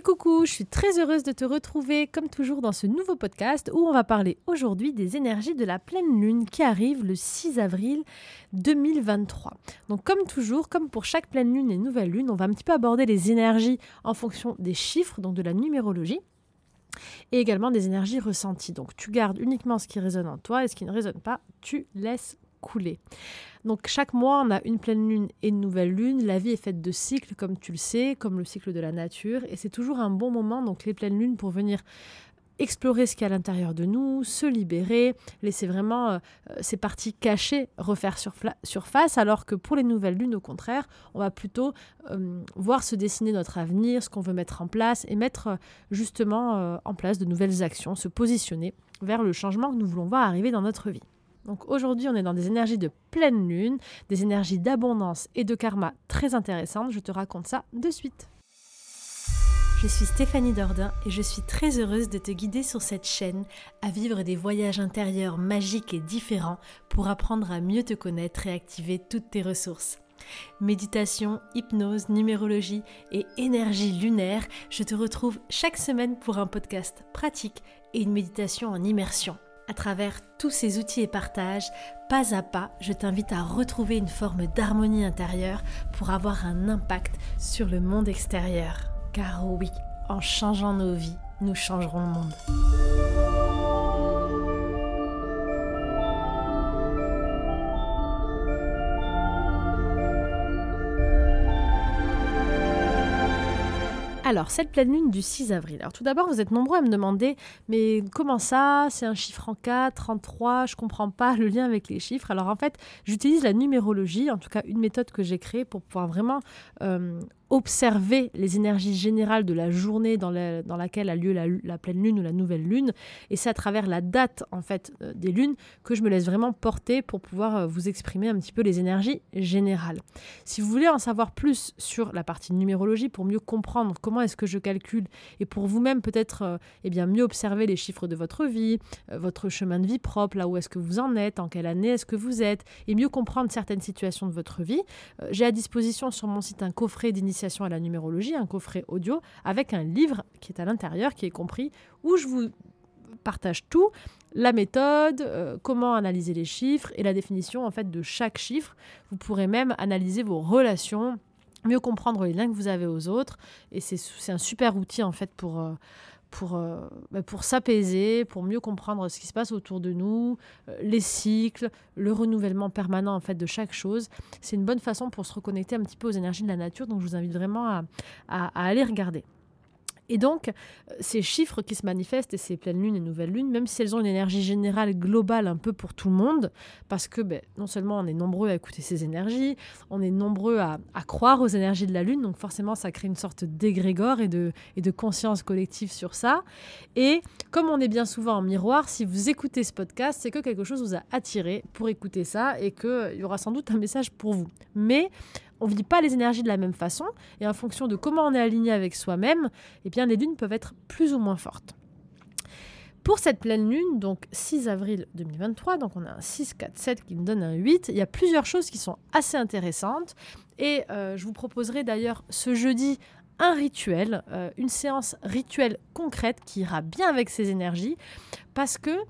Coucou, je suis très heureuse de te retrouver comme toujours dans ce nouveau podcast où on va parler aujourd'hui des énergies de la pleine lune qui arrive le 6 avril 2023. Donc comme toujours, comme pour chaque pleine lune et nouvelle lune, on va un petit peu aborder les énergies en fonction des chiffres, donc de la numérologie, et également des énergies ressenties. Donc tu gardes uniquement ce qui résonne en toi et ce qui ne résonne pas, tu laisses couler. Donc chaque mois, on a une pleine lune et une nouvelle lune. La vie est faite de cycles, comme tu le sais, comme le cycle de la nature. Et c'est toujours un bon moment, donc les pleines lunes, pour venir explorer ce qu'il y a à l'intérieur de nous, se libérer, laisser vraiment ces parties cachées refaire surface, alors que pour les nouvelles lunes, au contraire, on va plutôt voir se dessiner notre avenir, ce qu'on veut mettre en place et mettre justement en place de nouvelles actions, se positionner vers le changement que nous voulons voir arriver dans notre vie. Donc aujourd'hui, on est dans des énergies de pleine lune, des énergies d'abondance et de karma très intéressantes. Je te raconte ça de suite. Je suis Stéphanie Dordain et je suis très heureuse de te guider sur cette chaîne à vivre des voyages intérieurs magiques et différents pour apprendre à mieux te connaître et activer toutes tes ressources. Méditation, hypnose, numérologie et énergie lunaire, je te retrouve chaque semaine pour un podcast pratique et une méditation en immersion. À travers tous ces outils et partages, pas à pas, je t'invite à retrouver une forme d'harmonie intérieure pour avoir un impact sur le monde extérieur. Car oui, en changeant nos vies, nous changerons le monde. Alors, cette pleine lune du 6 avril. Alors tout d'abord, vous êtes nombreux à me demander, mais comment ça? C'est un chiffre en 4, en 3, je ne comprends pas le lien avec les chiffres. Alors en fait, j'utilise la numérologie, en tout cas une méthode que j'ai créée pour pouvoir vraiment observer les énergies générales de la journée dans laquelle a lieu la pleine lune ou la nouvelle lune. Et c'est à travers la date en fait des lunes que je me laisse vraiment porter pour pouvoir vous exprimer un petit peu les énergies générales. Si vous voulez en savoir plus sur la partie numérologie pour mieux comprendre comment est-ce que je calcule et pour vous-même peut-être mieux observer les chiffres de votre vie, votre chemin de vie propre, là où est-ce que vous en êtes, en quelle année est-ce que vous êtes, et mieux comprendre certaines situations de votre vie, j'ai à disposition sur mon site un coffret d'initiation à la numérologie, un coffret audio avec un livre qui est à l'intérieur, qui est compris, où je vous partage tout, la méthode, comment analyser les chiffres et la définition en fait de chaque chiffre. Vous pourrez même analyser vos relations, mieux comprendre les liens que vous avez aux autres, et c'est un super outil en fait pour s'apaiser, pour mieux comprendre ce qui se passe autour de nous, les cycles, le renouvellement permanent en fait de chaque chose. C'est une bonne façon pour se reconnecter un petit peu aux énergies de la nature, donc je vous invite vraiment à aller regarder. Et donc, ces chiffres qui se manifestent et ces pleines lunes et nouvelles lunes, même si elles ont une énergie générale globale un peu pour tout le monde, parce que non seulement on est nombreux à écouter ces énergies, on est nombreux à croire aux énergies de la lune, donc forcément ça crée une sorte d'égrégore et de conscience collective sur ça. Et comme on est bien souvent en miroir, si vous écoutez ce podcast, c'est que quelque chose vous a attiré pour écouter ça et qu'il y aura sans doute un message pour vous. Mais on ne vit pas les énergies de la même façon et en fonction de comment on est aligné avec soi-même, les lunes peuvent être plus ou moins fortes. Pour cette pleine lune, donc 6 avril 2023, donc on a un 6, 4, 7 qui nous donne un 8, il y a plusieurs choses qui sont assez intéressantes et je vous proposerai d'ailleurs ce jeudi un rituel, une séance rituelle concrète qui ira bien avec ces énergies parce que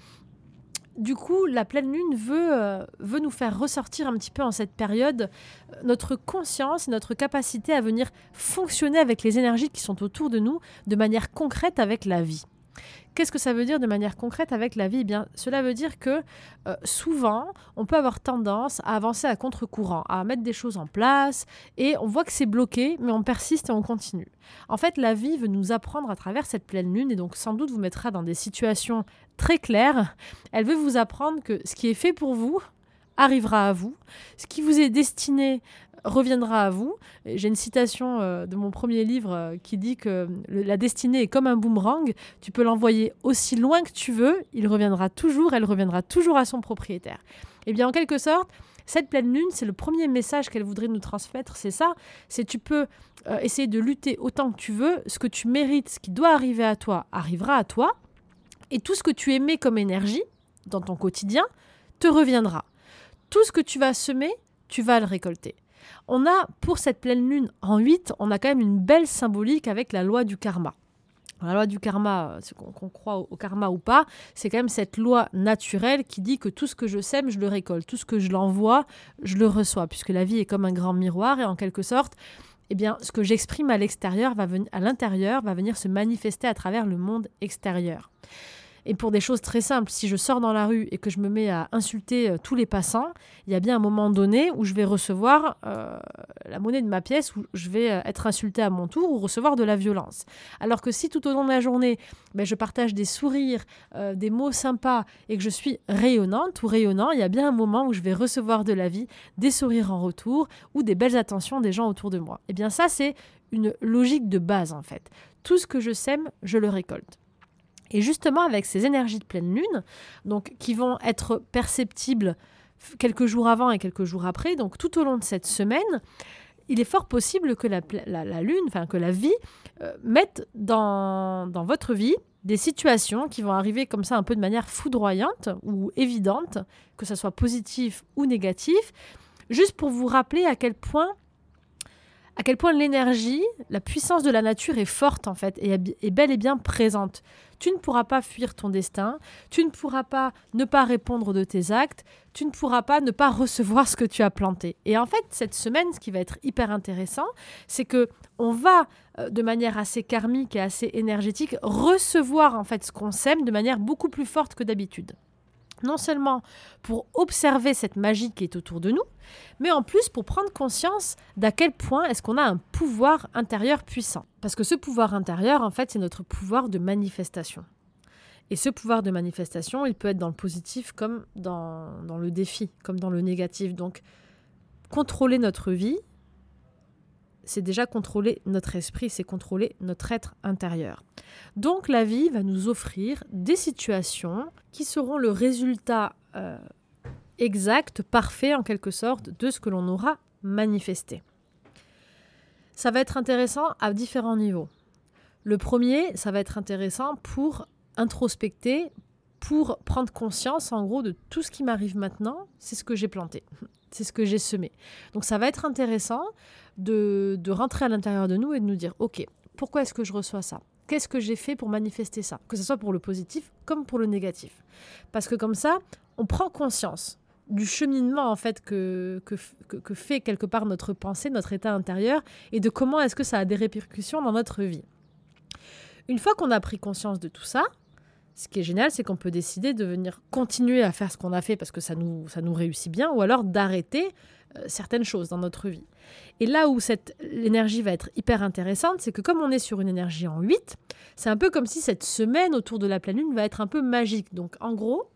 du coup, la pleine lune veut nous faire ressortir un petit peu en cette période notre conscience et notre capacité à venir fonctionner avec les énergies qui sont autour de nous de manière concrète avec la vie. Qu'est-ce que ça veut dire de manière concrète avec la vie ? Cela veut dire que souvent, on peut avoir tendance à avancer à contre-courant, à mettre des choses en place et on voit que c'est bloqué, mais on persiste et on continue. En fait, la vie veut nous apprendre à travers cette pleine lune et donc sans doute vous mettra dans des situations très claires. Elle veut vous apprendre que ce qui est fait pour vous arrivera à vous, ce qui vous est destiné reviendra à vous. J'ai une citation de mon premier livre qui dit que la destinée est comme un boomerang. Tu peux l'envoyer aussi loin que tu veux, elle reviendra toujours à son propriétaire. Et bien en quelque sorte, cette pleine lune, c'est le premier message qu'elle voudrait nous transmettre, c'est ça. C'est tu peux essayer de lutter autant que tu veux, ce que tu mérites, ce qui doit arriver à toi, arrivera à toi. Et tout ce que tu émets comme énergie dans ton quotidien te reviendra. Tout ce que tu vas semer, tu vas le récolter. On a, pour cette pleine lune en 8, on a quand même une belle symbolique avec la loi du karma. La loi du karma, qu'on croit au karma ou pas, c'est quand même cette loi naturelle qui dit que tout ce que je sème, je le récolte. Tout ce que je l'envoie, je le reçois. Puisque la vie est comme un grand miroir et en quelque sorte, eh bien, ce que j'exprime à l'extérieur, à l'intérieur, va venir se manifester à travers le monde extérieur. Et pour des choses très simples, si je sors dans la rue et que je me mets à insulter tous les passants, il y a bien un moment donné où je vais recevoir la monnaie de ma pièce, où je vais être insulté à mon tour ou recevoir de la violence. Alors que si tout au long de la journée, je partage des sourires, des mots sympas et que je suis rayonnante ou rayonnant, il y a bien un moment où je vais recevoir de la vie, des sourires en retour ou des belles attentions des gens autour de moi. Et bien ça, c'est une logique de base en fait. Tout ce que je sème, je le récolte. Et justement, avec ces énergies de pleine lune, donc, qui vont être perceptibles quelques jours avant et quelques jours après, donc tout au long de cette semaine, il est fort possible que la lune, enfin que la vie, mette dans votre vie des situations qui vont arriver comme ça un peu de manière foudroyante ou évidente, que ce soit positif ou négatif, juste pour vous rappeler à quel point l'énergie, la puissance de la nature est forte en fait et est bel et bien présente. Tu ne pourras pas fuir ton destin, tu ne pourras pas ne pas répondre de tes actes, tu ne pourras pas ne pas recevoir ce que tu as planté. Et en fait, cette semaine, ce qui va être hyper intéressant, c'est que on va, de manière assez karmique et assez énergétique, recevoir en fait ce qu'on sème de manière beaucoup plus forte que d'habitude. Non seulement pour observer cette magie qui est autour de nous, mais en plus pour prendre conscience d'à quel point est-ce qu'on a un pouvoir intérieur puissant. Parce que ce pouvoir intérieur, en fait, c'est notre pouvoir de manifestation. Et ce pouvoir de manifestation, il peut être dans le positif comme dans le défi, comme dans le négatif. Donc, contrôler notre vie, c'est déjà contrôler notre esprit, c'est contrôler notre être intérieur. Donc la vie va nous offrir des situations qui seront le résultat exact, parfait en quelque sorte, de ce que l'on aura manifesté. Ça va être intéressant à différents niveaux. Le premier, ça va être intéressant pour introspecter, pour prendre conscience en gros de tout ce qui m'arrive maintenant, c'est ce que j'ai planté, c'est ce que j'ai semé. Donc ça va être intéressant de rentrer à l'intérieur de nous et de nous dire « Ok, pourquoi est-ce que je reçois ça ? Qu'est-ce que j'ai fait pour manifester ça ?» Que ce soit pour le positif comme pour le négatif. Parce que comme ça, on prend conscience du cheminement en fait que fait quelque part notre pensée, notre état intérieur, et de comment est-ce que ça a des répercussions dans notre vie. Une fois qu'on a pris conscience de tout ça, ce qui est génial, c'est qu'on peut décider de venir continuer à faire ce qu'on a fait parce que ça nous réussit bien, ou alors d'arrêter certaines choses dans notre vie. Et là où l'énergie va être hyper intéressante, c'est que comme on est sur une énergie en 8, c'est un peu comme si cette semaine autour de la pleine lune va être un peu magique. Donc en gros,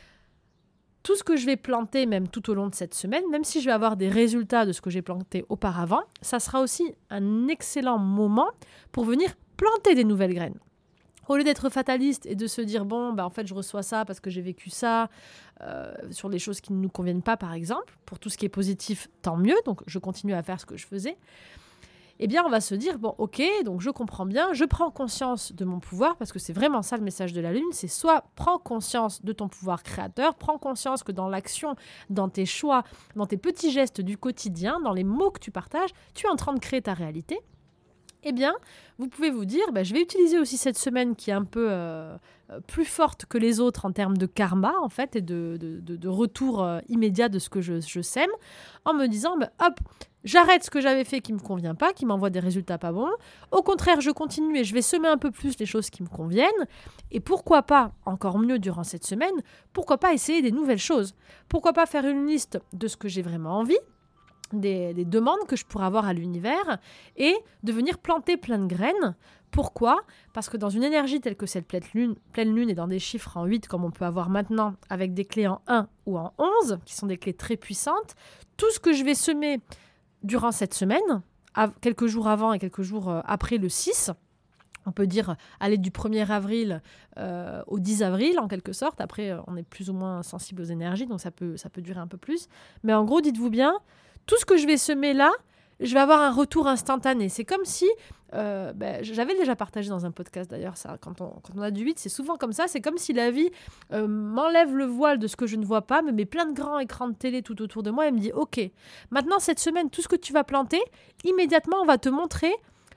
tout ce que je vais planter même tout au long de cette semaine, même si je vais avoir des résultats de ce que j'ai planté auparavant, ça sera aussi un excellent moment pour venir planter des nouvelles graines. Au lieu d'être fataliste et de se dire, en fait, je reçois ça parce que j'ai vécu ça, sur les choses qui ne nous conviennent pas, par exemple. Pour tout ce qui est positif, tant mieux. Donc, je continue à faire ce que je faisais. Eh bien, on va se dire, ok, donc je comprends bien, je prends conscience de mon pouvoir, parce que c'est vraiment ça le message de la Lune, c'est soit prends conscience de ton pouvoir créateur, prends conscience que dans l'action, dans tes choix, dans tes petits gestes du quotidien, dans les mots que tu partages, tu es en train de créer ta réalité. Eh bien, vous pouvez vous dire, je vais utiliser aussi cette semaine qui est un peu plus forte que les autres en termes de karma, en fait, et de retour immédiat de ce que je sème, en me disant, hop, j'arrête ce que j'avais fait qui ne me convient pas, qui m'envoie des résultats pas bons. Au contraire, je continue et je vais semer un peu plus les choses qui me conviennent. Et pourquoi pas, encore mieux durant cette semaine, pourquoi pas essayer des nouvelles choses ? Pourquoi pas faire une liste de ce que j'ai vraiment envie ? Des demandes que je pourrais avoir à l'univers et de venir planter plein de graines. Pourquoi ? Parce que dans une énergie telle que cette pleine lune et dans des chiffres en 8 comme on peut avoir maintenant avec des clés en 1 ou en 11 qui sont des clés très puissantes, tout ce que je vais semer durant cette semaine, quelques jours avant et quelques jours après le 6, on peut dire aller du 1er avril au 10 avril en quelque sorte. Après, on est plus ou moins sensible aux énergies, donc ça peut durer un peu plus. Mais en gros, dites-vous bien, tout ce que je vais semer là, je vais avoir un retour instantané. C'est comme si, j'avais déjà partagé dans un podcast d'ailleurs, ça, quand on a du 8, c'est souvent comme ça. C'est comme si la vie m'enlève le voile de ce que je ne vois pas, me met plein de grands écrans de télé tout autour de moi et me dit « Ok, maintenant cette semaine, tout ce que tu vas planter, immédiatement on va te montrer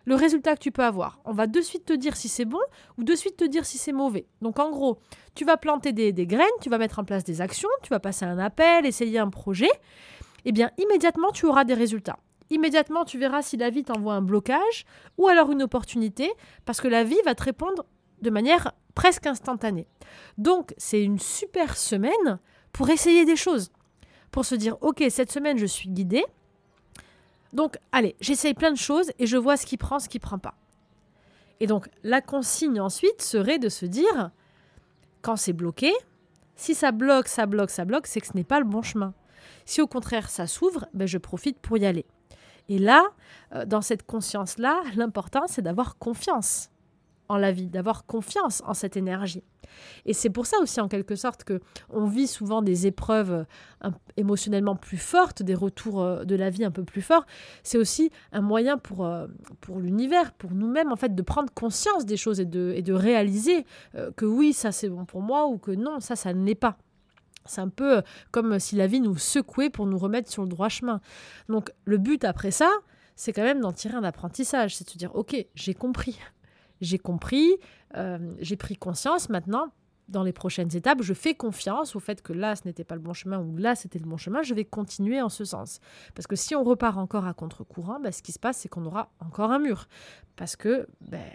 le résultat que tu peux avoir. On va de suite te dire si c'est bon ou de suite te dire si c'est mauvais. Donc en gros, tu vas planter des graines, tu vas mettre en place des actions, tu vas passer un appel, essayer un projet. Eh bien, immédiatement, tu auras des résultats. Immédiatement, tu verras si la vie t'envoie un blocage ou alors une opportunité, parce que la vie va te répondre de manière presque instantanée. Donc, c'est une super semaine pour essayer des choses, pour se dire, ok, cette semaine, je suis guidée. Donc, allez, j'essaye plein de choses et je vois ce qui prend, ce qui ne prend pas. Et donc, la consigne ensuite serait de se dire, quand c'est bloqué, si ça bloque, c'est que ce n'est pas le bon chemin. Si au contraire, ça s'ouvre, je profite pour y aller. Et là, dans cette conscience-là, l'important, c'est d'avoir confiance en la vie, d'avoir confiance en cette énergie. Et c'est pour ça aussi, en quelque sorte, qu'on vit souvent des épreuves émotionnellement plus fortes, des retours de la vie un peu plus forts. C'est aussi un moyen pour l'univers, pour nous-mêmes, en fait, de prendre conscience des choses et de réaliser que oui, ça c'est bon pour moi, ou que non, ça ne l'est pas. C'est un peu comme si la vie nous secouait pour nous remettre sur le droit chemin. Donc le but après ça, c'est quand même d'en tirer un apprentissage. C'est de se dire, ok, j'ai compris, j'ai pris conscience. Maintenant, dans les prochaines étapes, je fais confiance au fait que là, ce n'était pas le bon chemin ou là, c'était le bon chemin. Je vais continuer en ce sens. Parce que si on repart encore à contre-courant, ce qui se passe, c'est qu'on aura encore un mur. Parce que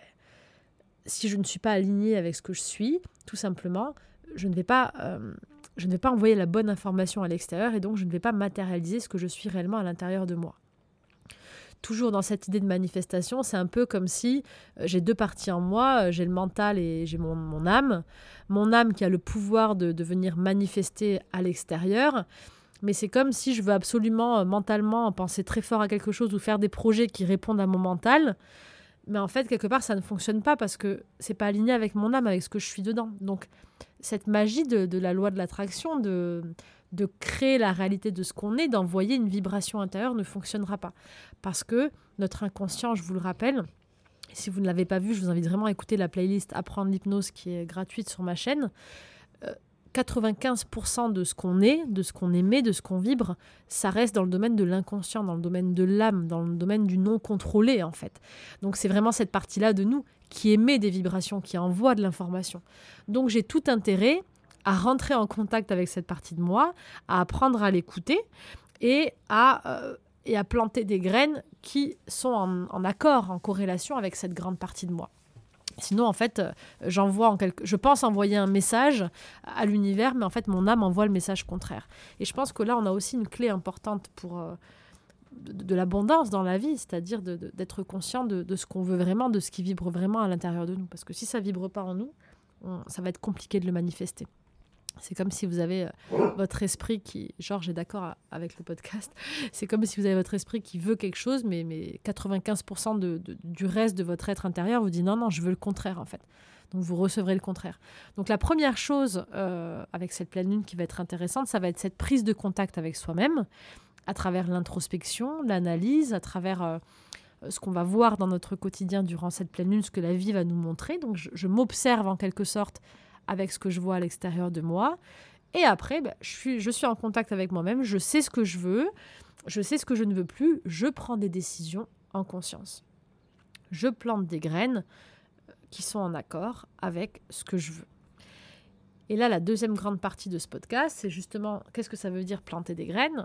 si je ne suis pas alignée avec ce que je suis, tout simplement, je ne vais pas envoyer la bonne information à l'extérieur et donc je ne vais pas matérialiser ce que je suis réellement à l'intérieur de moi. Toujours dans cette idée de manifestation, c'est un peu comme si j'ai deux parties en moi, j'ai le mental et j'ai mon âme. Mon âme qui a le pouvoir de venir manifester à l'extérieur, mais c'est comme si je veux absolument mentalement penser très fort à quelque chose ou faire des projets qui répondent à mon mental. Mais en fait, quelque part, ça ne fonctionne pas parce que c'est pas aligné avec mon âme, avec ce que je suis dedans. Donc, cette magie de la loi de l'attraction, de créer la réalité de ce qu'on est, d'envoyer une vibration intérieure ne fonctionnera pas. Parce que notre inconscient, je vous le rappelle, si vous ne l'avez pas vu, je vous invite vraiment à écouter la playlist Apprendre l'hypnose qui est gratuite sur ma chaîne. 95% de ce qu'on est, de ce qu'on émet, de ce qu'on vibre, ça reste dans le domaine de l'inconscient, dans le domaine de l'âme, dans le domaine du non contrôlé en fait. Donc c'est vraiment cette partie-là de nous qui émet des vibrations, qui envoie de l'information. Donc j'ai tout intérêt à rentrer en contact avec cette partie de moi, à apprendre à l'écouter et à planter des graines qui sont en accord, en corrélation avec cette grande partie de moi. Sinon, en fait, je pense envoyer un message à l'univers, mais en fait, mon âme envoie le message contraire. Et je pense que là, on a aussi une clé importante pour de l'abondance dans la vie, c'est-à-dire d'être conscient de ce qu'on veut vraiment, de ce qui vibre vraiment à l'intérieur de nous. Parce que si ça ne vibre pas en nous, ça va être compliqué de le manifester. C'est comme si vous avez votre esprit qui... Georges est d'accord avec le podcast. C'est comme si vous avez votre esprit qui veut quelque chose, mais 95% du reste de votre être intérieur vous dit non, je veux le contraire en fait. Donc vous recevrez le contraire. Donc la première chose avec cette pleine lune qui va être intéressante, ça va être cette prise de contact avec soi-même à travers l'introspection, l'analyse, à travers... ce qu'on va voir dans notre quotidien durant cette pleine lune, ce que la vie va nous montrer. Donc je m'observe en quelque sorte avec ce que je vois à l'extérieur de moi. Et après, je suis en contact avec moi-même, je sais ce que je veux, je sais ce que je ne veux plus, je prends des décisions en conscience. Je plante des graines qui sont en accord avec ce que je veux. Et là, la deuxième grande partie de ce podcast, c'est justement qu'est-ce que ça veut dire planter des graines.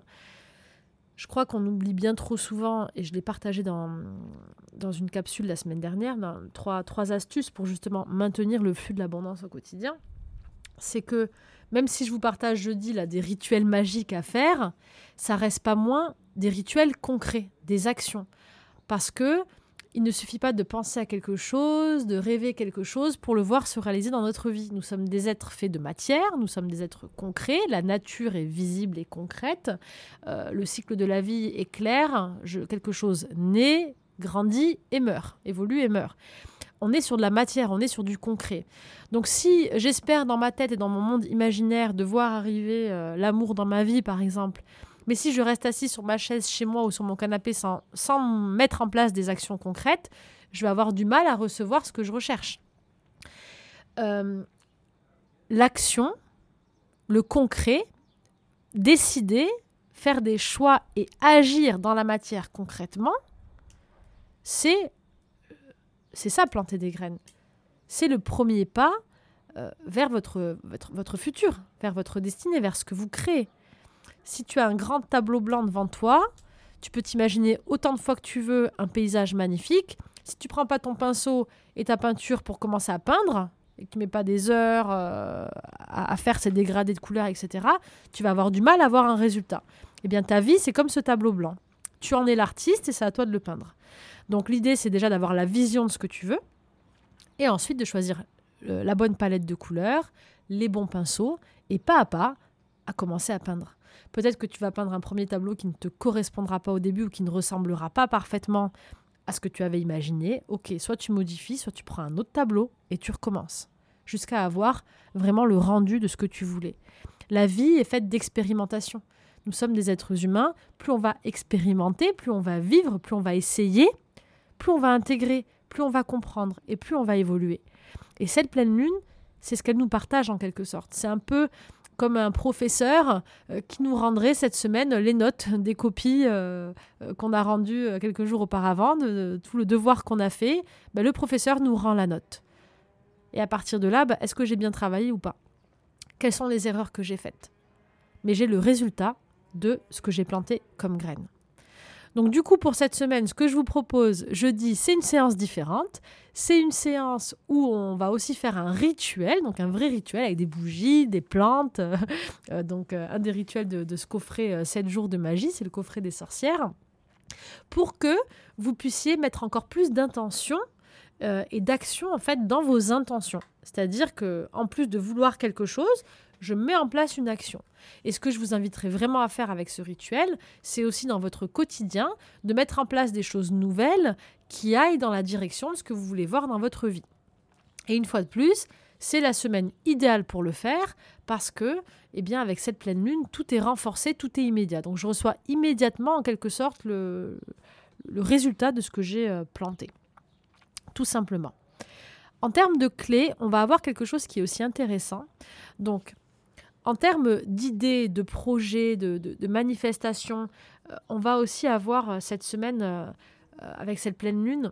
Je crois qu'on oublie bien trop souvent, et je l'ai partagé dans une capsule la semaine dernière, trois astuces pour justement maintenir le flux de l'abondance au quotidien. C'est que même si je vous partage jeudi là, des rituels magiques à faire, ça reste pas moins des rituels concrets, des actions. Parce que il ne suffit pas de penser à quelque chose, de rêver quelque chose pour le voir se réaliser dans notre vie. Nous sommes des êtres faits de matière, nous sommes des êtres concrets, la nature est visible et concrète, le cycle de la vie est clair, quelque chose naît, grandit et meurt, évolue et meurt. On est sur de la matière, on est sur du concret. Donc si j'espère dans ma tête et dans mon monde imaginaire de voir arriver l'amour dans ma vie par exemple, mais si je reste assis sur ma chaise chez moi ou sur mon canapé sans mettre en place des actions concrètes, je vais avoir du mal à recevoir ce que je recherche. L'action, le concret, décider, faire des choix et agir dans la matière concrètement, c'est c'est ça, planter des graines. C'est le premier pas vers votre futur, vers votre destinée, vers ce que vous créez. Si tu as un grand tableau blanc devant toi, tu peux t'imaginer autant de fois que tu veux un paysage magnifique. Si tu ne prends pas ton pinceau et ta peinture pour commencer à peindre, et que tu ne mets pas des heures à faire ces dégradés de couleurs, etc., tu vas avoir du mal à avoir un résultat. Eh bien, ta vie, c'est comme ce tableau blanc. Tu en es l'artiste et c'est à toi de le peindre. Donc, l'idée, c'est déjà d'avoir la vision de ce que tu veux et ensuite de choisir la bonne palette de couleurs, les bons pinceaux et pas à commencer à peindre. Peut-être que tu vas peindre un premier tableau qui ne te correspondra pas au début ou qui ne ressemblera pas parfaitement à ce que tu avais imaginé. Ok, soit tu modifies, soit tu prends un autre tableau et tu recommences jusqu'à avoir vraiment le rendu de ce que tu voulais. La vie est faite d'expérimentation. Nous sommes des êtres humains. Plus on va expérimenter, plus on va vivre, plus on va essayer, plus on va intégrer, plus on va comprendre et plus on va évoluer. Et cette pleine lune, c'est ce qu'elle nous partage en quelque sorte. C'est un peu comme un professeur qui nous rendrait cette semaine les notes des copies qu'on a rendues quelques jours auparavant, de tout le devoir qu'on a fait. Le professeur nous rend la note. Et à partir de là, est-ce que j'ai bien travaillé ou pas ? Quelles sont les erreurs que j'ai faites ? Mais j'ai le résultat de ce que j'ai planté comme graine. Donc du coup, pour cette semaine, ce que je vous propose jeudi, c'est une séance différente. C'est une séance où on va aussi faire un rituel, donc un vrai rituel avec des bougies, des plantes. Donc un des rituels de ce coffret 7 jours de magie, c'est le coffret des sorcières, pour que vous puissiez mettre encore plus d'intention et d'action en fait dans vos intentions. C'est-à-dire qu'en plus de vouloir quelque chose, je mets en place une action. Et ce que je vous inviterai vraiment à faire avec ce rituel, c'est aussi dans votre quotidien de mettre en place des choses nouvelles qui aillent dans la direction de ce que vous voulez voir dans votre vie. Et une fois de plus, c'est la semaine idéale pour le faire parce que, avec cette pleine lune, tout est renforcé, tout est immédiat. Donc je reçois immédiatement en quelque sorte le résultat de ce que j'ai planté. Tout simplement. En termes de clés, on va avoir quelque chose qui est aussi intéressant. Donc, en termes d'idées, de projets, de manifestations, on va aussi avoir cette semaine, avec cette pleine lune,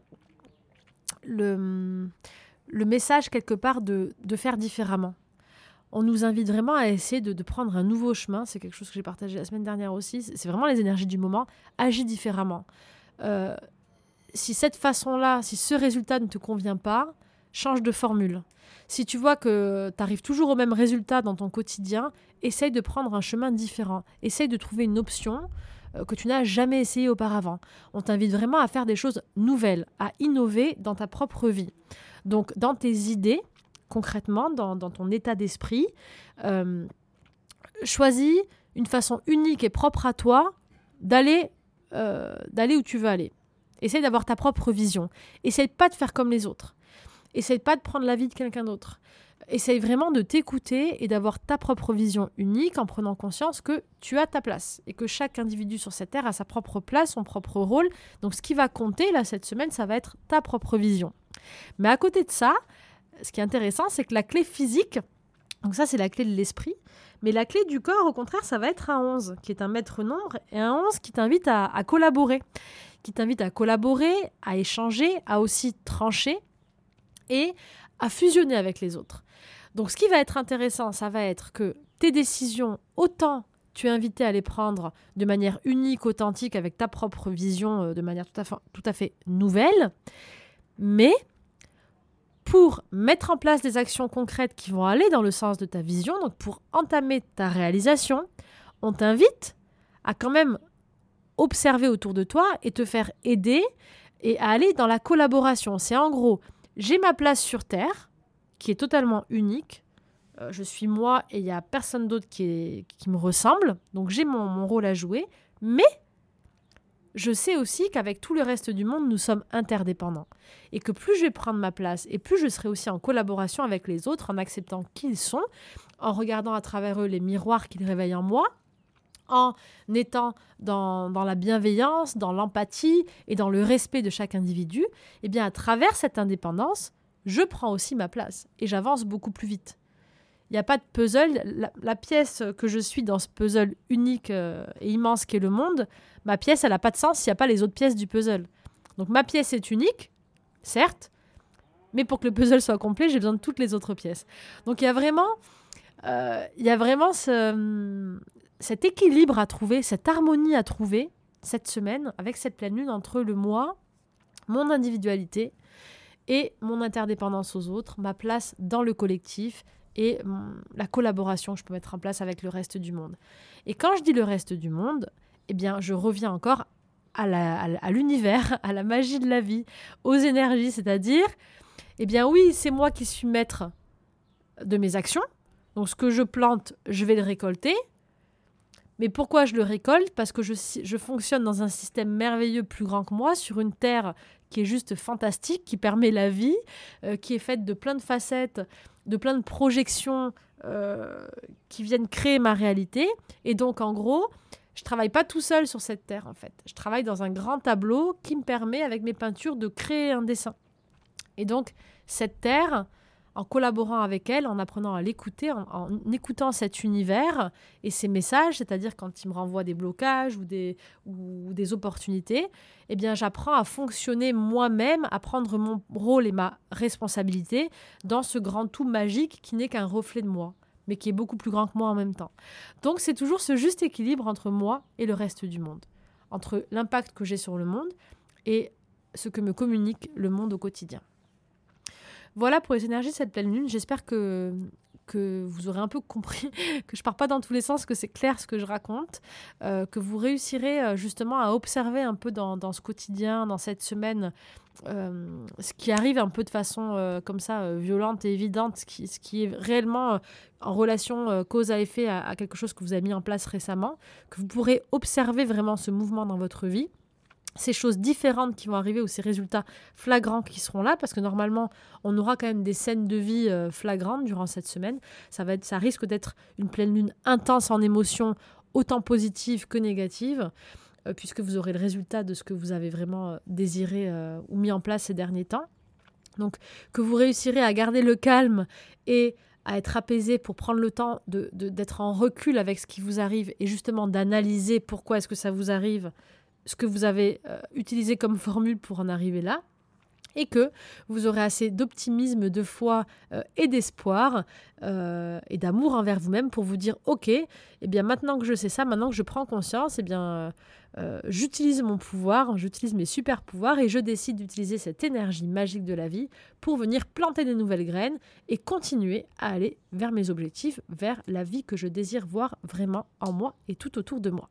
le message quelque part de faire différemment. On nous invite vraiment à essayer de prendre un nouveau chemin. C'est quelque chose que j'ai partagé la semaine dernière aussi. C'est vraiment les énergies du moment. Agis différemment. Si cette façon-là, si ce résultat ne te convient pas, change de formule. Si tu vois que tu arrives toujours au même résultat dans ton quotidien, essaye de prendre un chemin différent. Essaye de trouver une option que tu n'as jamais essayé auparavant. On t'invite vraiment à faire des choses nouvelles, à innover dans ta propre vie. Donc, dans tes idées, concrètement, dans ton état d'esprit, choisis une façon unique et propre à toi d'aller où tu veux aller. Essaye d'avoir ta propre vision. Essaye pas de faire comme les autres. Essaye pas de prendre l'avis de quelqu'un d'autre. Essaye vraiment de t'écouter et d'avoir ta propre vision unique en prenant conscience que tu as ta place et que chaque individu sur cette terre a sa propre place, son propre rôle. Donc, ce qui va compter là cette semaine, ça va être ta propre vision. Mais à côté de ça, ce qui est intéressant, c'est que la clé physique, donc ça, c'est la clé de l'esprit, mais la clé du corps, au contraire, ça va être un 11, qui est un maître nombre, et un 11 qui t'invite à collaborer, à échanger, à aussi trancher et à fusionner avec les autres. Donc, ce qui va être intéressant, ça va être que tes décisions, autant tu es invité à les prendre de manière unique, authentique, avec ta propre vision, de manière tout à fait nouvelle, mais pour mettre en place des actions concrètes qui vont aller dans le sens de ta vision, donc pour entamer ta réalisation, on t'invite à quand même observer autour de toi et te faire aider et à aller dans la collaboration. C'est en gros, j'ai ma place sur Terre, qui est totalement unique. Je suis moi et il n'y a personne d'autre qui me ressemble. Donc j'ai mon rôle à jouer. Mais je sais aussi qu'avec tout le reste du monde, nous sommes interdépendants. Et que plus je vais prendre ma place et plus je serai aussi en collaboration avec les autres, en acceptant qui ils sont, en regardant à travers eux les miroirs qu'ils réveillent en moi, en étant dans la bienveillance, dans l'empathie et dans le respect de chaque individu, et bien à travers cette indépendance, je prends aussi ma place et j'avance beaucoup plus vite. Il n'y a pas de puzzle. La pièce que je suis dans ce puzzle unique et immense qu'est le monde, ma pièce, elle n'a pas de sens s'il n'y a pas les autres pièces du puzzle. Donc ma pièce est unique, certes, Mais pour que le puzzle soit complet, j'ai besoin de toutes les autres pièces. Donc il y a vraiment cet équilibre à trouver, cette harmonie à trouver cette semaine avec cette pleine lune entre le moi, mon individualité et mon interdépendance aux autres, ma place dans le collectif et la collaboration que je peux mettre en place avec le reste du monde. Et quand je dis le reste du monde, eh bien, je reviens encore à l'univers, à la magie de la vie, aux énergies, c'est-à-dire, eh bien oui, c'est moi qui suis maître de mes actions. Donc ce que je plante, je vais le récolter. Mais pourquoi je le récolte ? Parce que je fonctionne dans un système merveilleux plus grand que moi, sur une terre qui est juste fantastique, qui permet la vie, qui est faite de plein de facettes, de plein de projections qui viennent créer ma réalité. Et donc, en gros, je ne travaille pas tout seul sur cette terre, en fait. Je travaille dans un grand tableau qui me permet, avec mes peintures, de créer un dessin. Et donc, cette terre, en collaborant avec elle, en apprenant à l'écouter, en écoutant cet univers et ses messages, c'est-à-dire quand il me renvoie des blocages ou des opportunités, eh bien, j'apprends à fonctionner moi-même, à prendre mon rôle et ma responsabilité dans ce grand tout magique qui n'est qu'un reflet de moi, mais qui est beaucoup plus grand que moi en même temps. Donc, c'est toujours ce juste équilibre entre moi et le reste du monde, entre l'impact que j'ai sur le monde et ce que me communique le monde au quotidien. Voilà pour les énergies de cette pleine lune. J'espère que vous aurez un peu compris, que je ne pars pas dans tous les sens, que c'est clair ce que je raconte, que vous réussirez justement à observer un peu dans ce quotidien, dans cette semaine, ce qui arrive un peu de façon comme ça, violente et évidente, ce qui est réellement en relation cause à effet à quelque chose que vous avez mis en place récemment, que vous pourrez observer vraiment ce mouvement dans votre vie. Ces choses différentes qui vont arriver ou ces résultats flagrants qui seront là, parce que normalement, on aura quand même des scènes de vie flagrantes durant cette semaine. Ça risque d'être une pleine lune intense en émotions, autant positives que négatives, puisque vous aurez le résultat de ce que vous avez vraiment désiré ou mis en place ces derniers temps. Donc, que vous réussirez à garder le calme et à être apaisé pour prendre le temps d'être en recul avec ce qui vous arrive et justement d'analyser pourquoi est-ce que ça vous arrive, ce que vous avez utilisé comme formule pour en arriver là, et que vous aurez assez d'optimisme, de foi et d'espoir et d'amour envers vous-même pour vous dire « Ok, eh bien maintenant que je sais ça, maintenant que je prends conscience, eh bien j'utilise mon pouvoir, j'utilise mes super pouvoirs et je décide d'utiliser cette énergie magique de la vie pour venir planter des nouvelles graines et continuer à aller vers mes objectifs, vers la vie que je désire voir vraiment en moi et tout autour de moi. »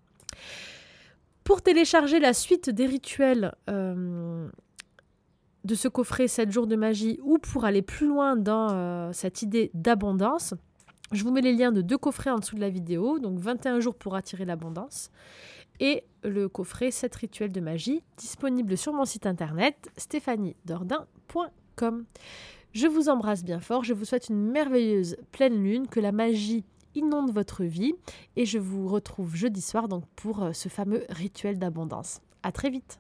Pour télécharger la suite des rituels de ce coffret 7 jours de magie ou pour aller plus loin dans cette idée d'abondance, je vous mets les liens de 2 coffrets en dessous de la vidéo, donc 21 jours pour attirer l'abondance et le coffret 7 rituels de magie disponible sur mon site internet stéphaniedordain.com. Je vous embrasse bien fort, je vous souhaite une merveilleuse pleine lune, que la magie inonde votre vie et je vous retrouve jeudi soir donc pour ce fameux rituel d'abondance. À très vite.